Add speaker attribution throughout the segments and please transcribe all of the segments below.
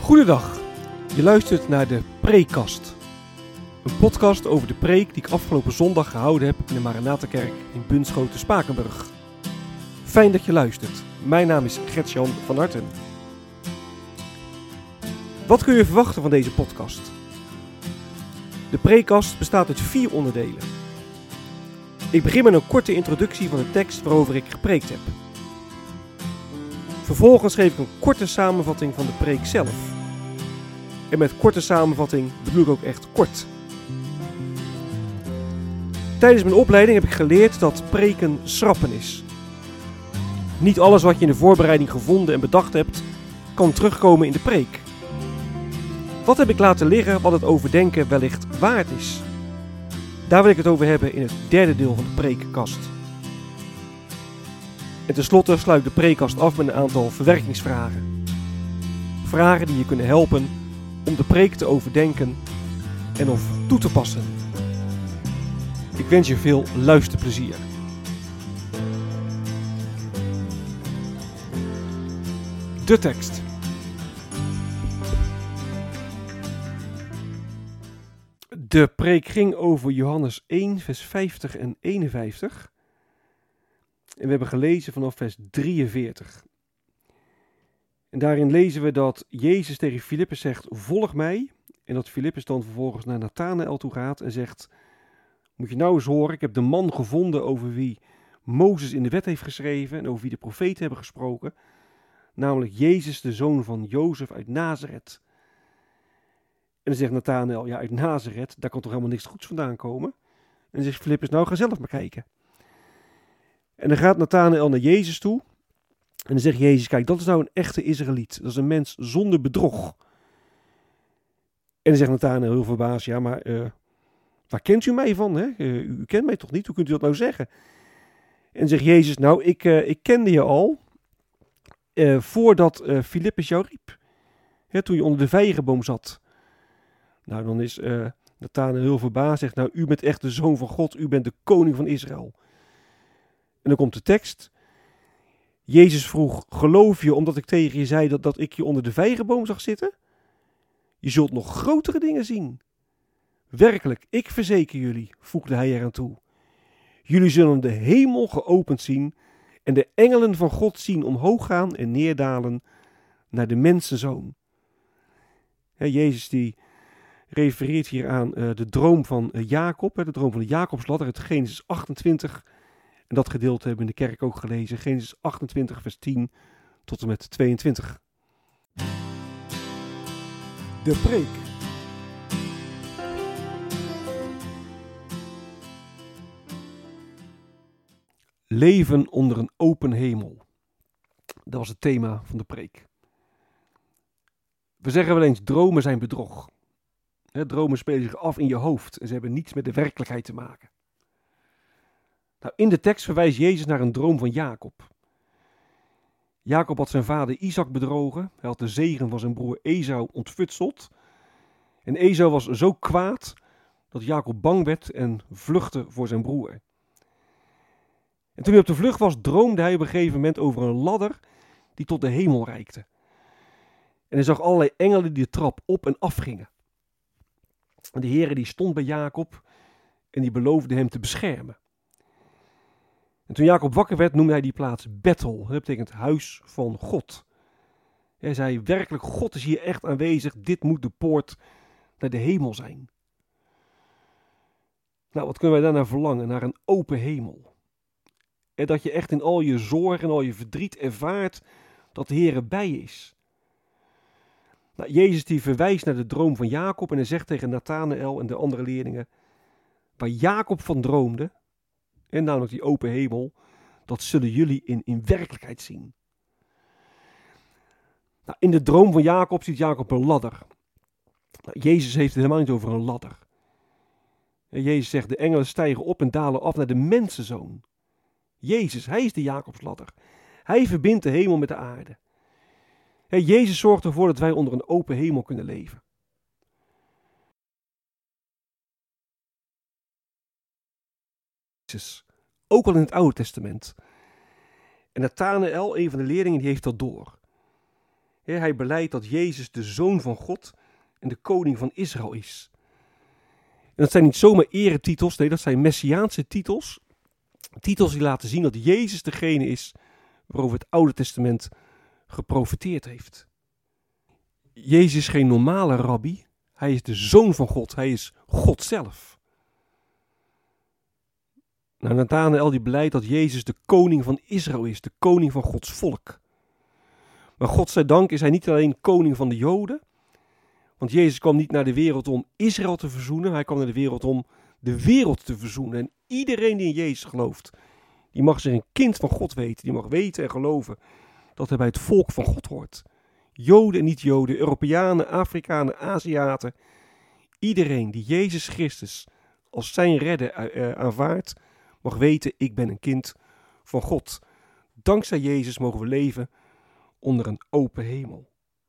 Speaker 1: Goedendag, je luistert naar de Preekkast. Een podcast over de preek die ik afgelopen zondag gehouden heb in de Maranathakerk in Bunschoten-Spakenburg. Fijn dat je luistert. Mijn naam is Gert-Jan van Harten. Wat kun je verwachten van deze podcast? De Preekkast bestaat uit 4 onderdelen. Ik begin met een korte introductie van de tekst waarover ik gepreekt heb. Vervolgens geef ik een korte samenvatting van de preek zelf. En met korte samenvatting bedoel ik ook echt kort. Tijdens mijn opleiding heb ik geleerd dat preken schrappen is. Niet alles wat je in de voorbereiding gevonden en bedacht hebt, kan terugkomen in de preek. Wat heb ik laten liggen wat het overdenken wellicht waard is? Daar wil ik het over hebben in het derde deel van de preekkast. En tenslotte sluit ik de preekkast af met een aantal verwerkingsvragen. Vragen die je kunnen helpen om de preek te overdenken en of toe te passen. Ik wens je veel luisterplezier. De tekst. De preek ging over Johannes 1, vers 50 en 51. En we hebben gelezen vanaf vers 43. En daarin lezen we dat Jezus tegen Filippus zegt, volg mij. En dat Filippus dan vervolgens naar Nathanael toe gaat en zegt, moet je nou eens horen, ik heb de man gevonden over wie Mozes in de wet heeft geschreven en over wie de profeten hebben gesproken. Namelijk Jezus, de zoon van Jozef uit Nazareth. En dan zegt Nathanael, ja uit Nazareth, daar kan toch helemaal niks goeds vandaan komen. En dan zegt Filippus, nou ga zelf maar kijken. En dan gaat Nathanael naar Jezus toe. En dan zegt Jezus, kijk, dat is nou een echte Israëliet. Dat is een mens zonder bedrog. En dan zegt Nathanael heel verbaasd, ja, maar waar kent u mij van? Hè? U kent mij toch niet? Hoe kunt u dat nou zeggen? En dan zegt Jezus, nou, ik kende je al voordat Filippus jou riep. Hè, toen je onder de vijgenboom zat. Nou, dan is Nathanael heel verbaasd, zegt, nou, u bent echt de zoon van God. U bent de koning van Israël. En dan komt de tekst. Jezus vroeg, geloof je omdat ik tegen je zei dat ik je onder de vijgenboom zag zitten? Je zult nog grotere dingen zien. Werkelijk, ik verzeker jullie, voegde hij eraan toe. Jullie zullen de hemel geopend zien en de engelen van God zien omhoog gaan en neerdalen naar de mensenzoon. Jezus die refereert hier aan de droom van Jacob, de droom van de Jacobsladder uit Genesis 28. En dat gedeelte hebben we in de kerk ook gelezen. Genesis 28 vers 10 tot en met 22. De preek. Leven onder een open hemel. Dat was het thema van de preek. We zeggen wel eens, dromen zijn bedrog. Dromen spelen zich af in je hoofd en ze hebben niets met de werkelijkheid te maken. Nou, in de tekst verwijst Jezus naar een droom van Jacob. Jacob had zijn vader Isaac bedrogen. Hij had de zegen van zijn broer Esau ontfutseld. En Esau was zo kwaad dat Jacob bang werd en vluchtte voor zijn broer. En toen hij op de vlucht was, droomde hij op een gegeven moment over een ladder die tot de hemel reikte. En hij zag allerlei engelen die de trap op en af gingen. En de Heere die stond bij Jacob en die beloofde hem te beschermen. En toen Jacob wakker werd, noemde hij die plaats Bethel. Dat betekent huis van God. Hij zei, werkelijk, God is hier echt aanwezig. Dit moet de poort naar de hemel zijn. Nou, wat kunnen wij daarnaar verlangen? Naar een open hemel. En dat je echt in al je zorg en al je verdriet ervaart dat de Heer bij je is. Nou, Jezus die verwijst naar de droom van Jacob en hij zegt tegen Nathanael en de andere leerlingen, waar Jacob van droomde, en namelijk die open hemel, dat zullen jullie in werkelijkheid zien. Nou, in de droom van Jacob ziet Jacob een ladder. Nou, Jezus heeft het helemaal niet over een ladder. En Jezus zegt, de engelen stijgen op en dalen af naar de mensenzoon. Jezus, hij is de Jacobsladder. Hij verbindt de hemel met de aarde. Jezus zorgt ervoor dat wij onder een open hemel kunnen leven. Ook al in het Oude Testament. En Nathanael, een van de leerlingen, die heeft dat door. Hij beleidt dat Jezus de Zoon van God en de koning van Israël is. En dat zijn niet zomaar eretitels, nee, dat zijn messiaanse titels. Titels die laten zien dat Jezus degene is waarover het Oude Testament geprofeteerd heeft. Jezus is geen normale rabbi, hij is de Zoon van God, hij is God zelf. Nou, Nathanael die beleidt dat Jezus de koning van Israël is, de koning van Gods volk. Maar godzijdank is hij niet alleen koning van de Joden, want Jezus kwam niet naar de wereld om Israël te verzoenen, hij kwam naar de wereld om de wereld te verzoenen. En iedereen die in Jezus gelooft, die mag zich een kind van God weten, die mag weten en geloven dat hij bij het volk van God hoort. Joden en niet-Joden, Europeanen, Afrikanen, Aziaten, iedereen die Jezus Christus als zijn redder aanvaardt, mag weten, ik ben een kind van God. Dankzij Jezus mogen we leven onder een open hemel.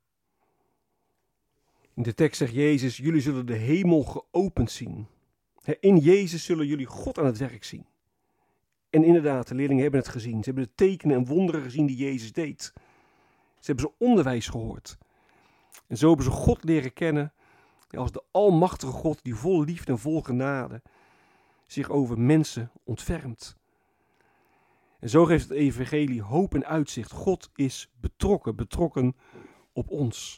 Speaker 1: In de tekst zegt Jezus, jullie zullen de hemel geopend zien. In Jezus zullen jullie God aan het werk zien. En inderdaad, de leerlingen hebben het gezien. Ze hebben de tekenen en wonderen gezien die Jezus deed. Ze hebben zijn onderwijs gehoord. En zo hebben ze God leren kennen als de almachtige God die vol liefde en vol genade zich over mensen ontfermt. En zo geeft het evangelie hoop en uitzicht. God is betrokken op ons.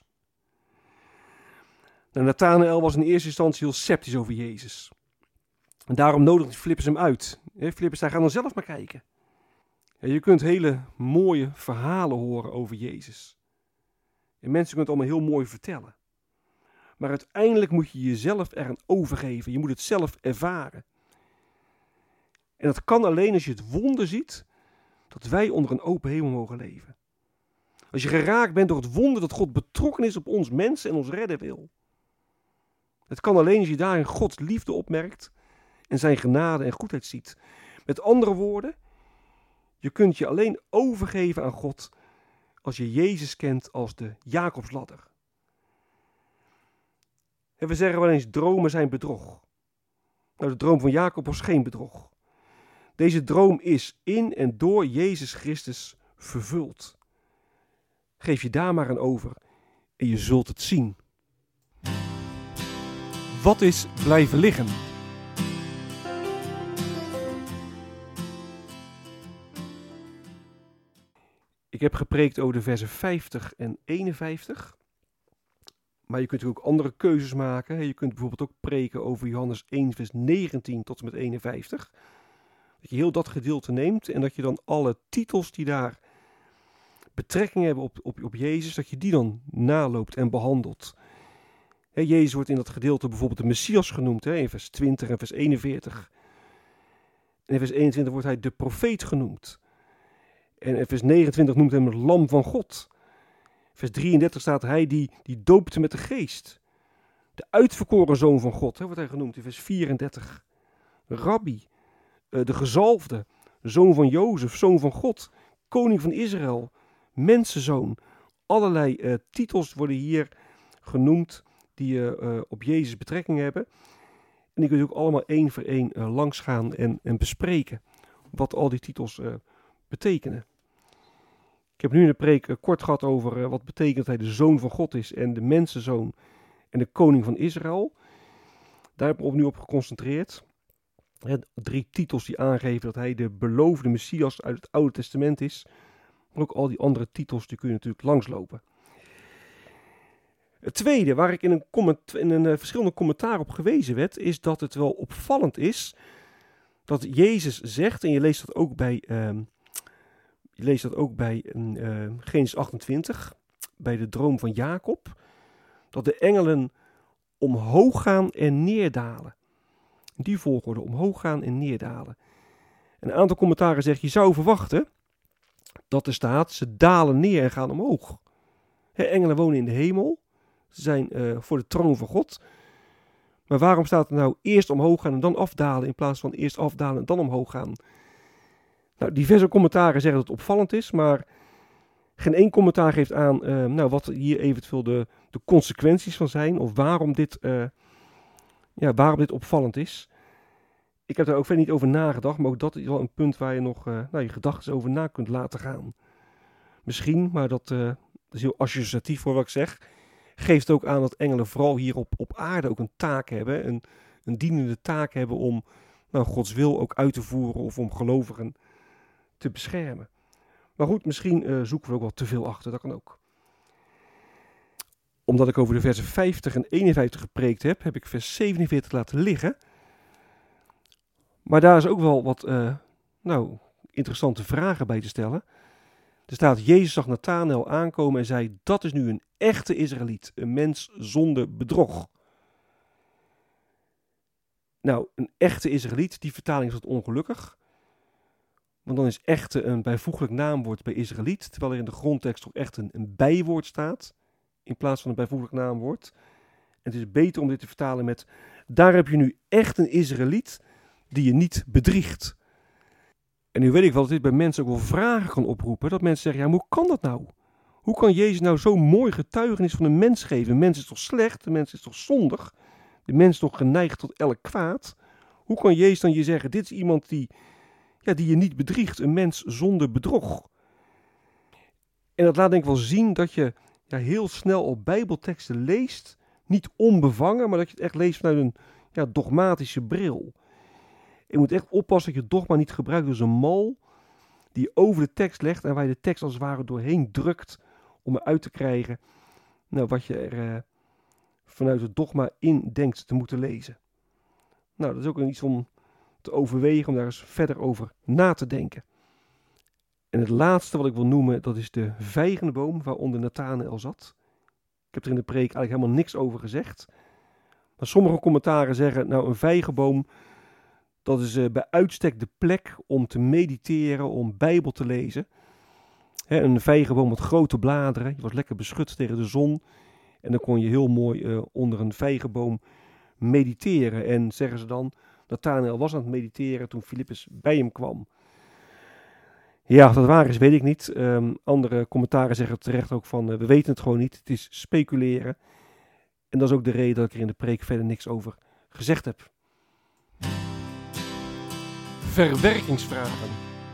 Speaker 1: Nou, Nathanael was in eerste instantie heel sceptisch over Jezus. En daarom nodigde Filippus hem uit. Filippus, hij gaat dan zelf maar kijken. Je kunt hele mooie verhalen horen over Jezus. En mensen kunnen het allemaal heel mooi vertellen. Maar uiteindelijk moet je jezelf eraan overgeven. Je moet het zelf ervaren. En dat kan alleen als je het wonder ziet dat wij onder een open hemel mogen leven. Als je geraakt bent door het wonder dat God betrokken is op ons mensen en ons redden wil. Het kan alleen als je daarin Gods liefde opmerkt en zijn genade en goedheid ziet. Met andere woorden, je kunt je alleen overgeven aan God als je Jezus kent als de Jacobsladder. En we zeggen wel eens, dromen zijn bedrog. Nou, de droom van Jacob was geen bedrog. Deze droom is in en door Jezus Christus vervuld. Geef je daar maar aan over en je zult het zien. Wat is blijven liggen? Ik heb gepreekt over de versen 50 en 51. Maar je kunt ook andere keuzes maken. Je kunt bijvoorbeeld ook preken over Johannes 1 vers 19 tot en met 51. Dat je heel dat gedeelte neemt en dat je dan alle titels die daar betrekking hebben op Jezus, dat je die dan naloopt en behandelt. Jezus wordt in dat gedeelte bijvoorbeeld de Messias genoemd, in vers 20 en vers 41. En in vers 21 wordt hij de profeet genoemd. En in vers 29 noemt hij hem het lam van God. Vers 33 staat hij die doopte met de geest. De uitverkoren zoon van God, wordt hij genoemd in vers 34. Rabbi, de gezalfde, zoon van Jozef, zoon van God, koning van Israël, mensenzoon. Allerlei titels worden hier genoemd die op Jezus betrekking hebben. En die kun je ook allemaal één voor één langs gaan en bespreken wat al die titels betekenen. Ik heb nu in de preek kort gehad over wat betekent dat hij de zoon van God is en de mensenzoon en de koning van Israël. Daar heb ik me nu op geconcentreerd. 3 titels die aangeven dat hij de beloofde Messias uit het Oude Testament is. Maar ook al die andere titels die kun je natuurlijk langslopen. Het tweede, waar ik in een verschillende commentaar op gewezen werd, is dat het wel opvallend is dat Jezus zegt, en je leest dat ook bij Genesis 28, bij de droom van Jacob, dat de engelen omhoog gaan en neerdalen. Die volgorde, omhoog gaan en neerdalen. En een aantal commentaren zegt, je zou verwachten dat er staat, ze dalen neer en gaan omhoog. Engelen wonen in de hemel. Ze zijn voor de troon van God. Maar waarom staat er nou eerst omhoog gaan en dan afdalen in plaats van eerst afdalen en dan omhoog gaan? Nou, diverse commentaren zeggen dat het opvallend is, maar geen één commentaar geeft aan wat hier eventueel de consequenties van zijn of waarom dit opvallend is. Ik heb daar ook verder niet over nagedacht, maar ook dat is wel een punt waar je nog je gedachten over na kunt laten gaan. Misschien, maar daar is heel associatief voor wat ik zeg, geeft ook aan dat engelen vooral hier op aarde ook een taak hebben, een dienende taak hebben om Gods wil ook uit te voeren of om gelovigen te beschermen. Maar goed, misschien zoeken we ook wel te veel achter, dat kan ook. Omdat ik over de versen 50 en 51 gepreekt heb ik vers 47 laten liggen. Maar daar is ook wel wat interessante vragen bij te stellen. Er staat, Jezus zag Nathanael aankomen en zei, dat is nu een echte Israëliet, een mens zonder bedrog. Nou, een echte Israëliet, die vertaling is wat ongelukkig. Want dan is echte een bijvoeglijk naamwoord bij Israëliet, terwijl er in de grondtekst toch echt een bijwoord staat, in plaats van een bijvoeglijk naamwoord. En het is beter om dit te vertalen met, daar heb je nu echt een Israëliet die je niet bedriegt. En nu weet ik wel dat dit bij mensen ook wel vragen kan oproepen. Dat mensen zeggen, ja, maar hoe kan dat nou? Hoe kan Jezus nou zo'n mooi getuigenis van een mens geven? Een mens is toch slecht? De mens is toch zondig? De mens is toch geneigd tot elk kwaad? Hoe kan Jezus dan je zeggen, dit is iemand die je niet bedriegt? Een mens zonder bedrog. En dat laat denk ik wel zien dat je heel snel op bijbelteksten leest. Niet onbevangen, maar dat je het echt leest vanuit een dogmatische bril. Je moet echt oppassen dat je dogma niet gebruikt als een mal die je over de tekst legt en waar je de tekst als het ware doorheen drukt om eruit te krijgen wat je er vanuit het dogma in denkt te moeten lezen. Nou, dat is ook iets om te overwegen, om daar eens verder over na te denken. En het laatste wat ik wil noemen, dat is de vijgenboom waaronder Nathanael zat. Ik heb er in de preek eigenlijk helemaal niks over gezegd. Maar sommige commentaren zeggen, een vijgenboom, dat is bij uitstek de plek om te mediteren, om Bijbel te lezen. Een vijgenboom met grote bladeren, je was lekker beschut tegen de zon. En dan kon je heel mooi onder een vijgenboom mediteren. En zeggen ze dan, Nathanael was aan het mediteren toen Filippus bij hem kwam. Ja, of dat waar is, weet ik niet. Andere commentaren zeggen terecht ook van, we weten het gewoon niet. Het is speculeren. En dat is ook de reden dat ik er in de preek verder niks over gezegd heb. Verwerkingsvragen.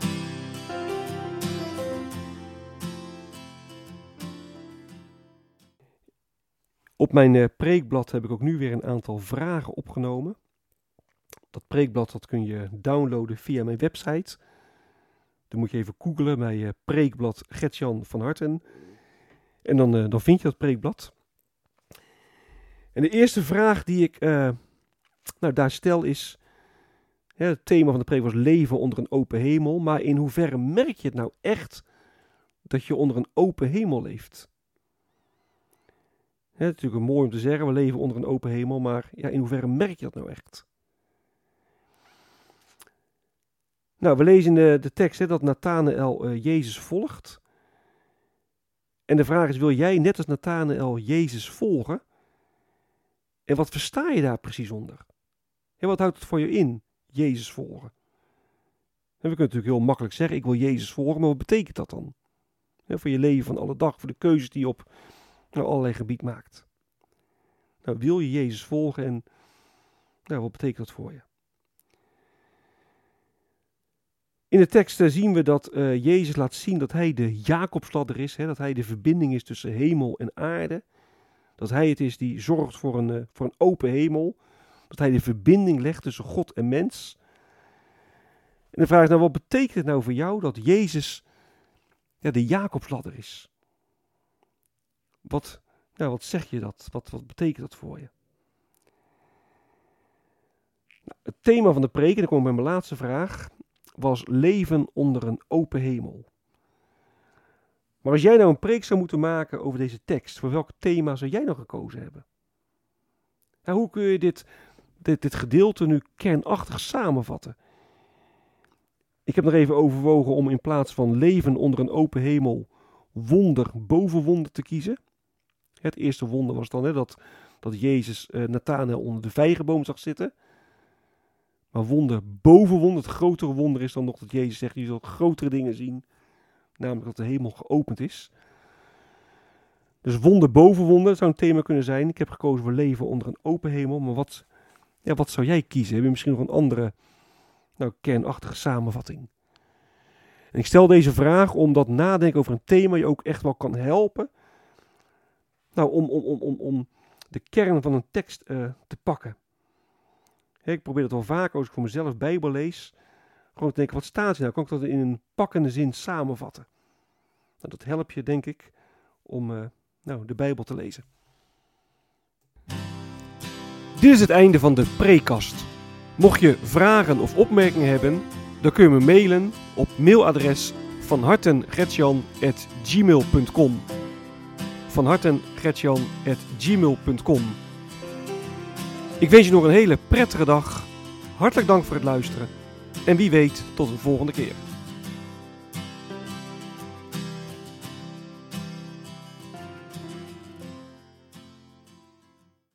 Speaker 1: Op mijn preekblad heb ik ook nu weer een aantal vragen opgenomen. Dat preekblad dat kun je downloaden via mijn website. Dan moet je even googlen bij preekblad Gert-Jan van Harten. En dan vind je dat preekblad. En de eerste vraag die ik daar stel is, het thema van de preek was leven onder een open hemel. Maar in hoeverre merk je het nou echt dat je onder een open hemel leeft? Het is natuurlijk mooi om te zeggen, we leven onder een open hemel. Maar in hoeverre merk je dat nou echt? Nou, we lezen in de tekst dat Nathanael Jezus volgt. En de vraag is, wil jij net als Nathanael Jezus volgen? En wat versta je daar precies onder? En wat houdt het voor je in, Jezus volgen? En we kunnen natuurlijk heel makkelijk zeggen, ik wil Jezus volgen, maar wat betekent dat dan? Voor je leven van alle dag, voor de keuzes die je op allerlei gebied maakt. Nou, wil je Jezus volgen en wat betekent dat voor je? In de tekst zien we dat Jezus laat zien dat hij de Jacobsladder is, dat hij de verbinding is tussen hemel en aarde. Dat hij het is die zorgt voor een open hemel. Dat hij de verbinding legt tussen God en mens. En de vraag is wat betekent het nou voor jou dat Jezus de Jacobsladder is? Wat zeg je dat? Wat betekent dat voor je? Nou, het thema van de preek, en dan kom ik bij mijn laatste vraag, was leven onder een open hemel. Maar als jij nou een preek zou moeten maken over deze tekst, voor welk thema zou jij nou gekozen hebben? Hoe kun je dit gedeelte nu kernachtig samenvatten? Ik heb nog even overwogen om in plaats van leven onder een open hemel wonder boven wonder te kiezen. Het eerste wonder was dan dat Jezus Nathanael onder de vijgenboom zag zitten. Maar wonder boven wonder, het grotere wonder is dan nog dat Jezus zegt, je zult grotere dingen zien. Namelijk dat de hemel geopend is. Dus wonder boven wonder zou een thema kunnen zijn. Ik heb gekozen voor leven onder een open hemel. Maar wat zou jij kiezen? Heb je misschien nog een andere kernachtige samenvatting? En ik stel deze vraag omdat nadenken over een thema je ook echt wel kan helpen Nou, om de kern van een tekst te pakken. Ik probeer dat wel vaker als ik voor mezelf Bijbel lees. Gewoon te denken, wat staat hier nou? Kan ik dat in een pakkende zin samenvatten? Nou, dat helpt je, denk ik, om de Bijbel te lezen. Dit is het einde van de Preekkast. Mocht je vragen of opmerkingen hebben, dan kun je me mailen op mailadres vanhartengretjan@gmail.com. vanhartengretjan@gmail.com. Ik wens je nog een hele prettige dag. Hartelijk dank voor het luisteren. En wie weet, tot een volgende keer.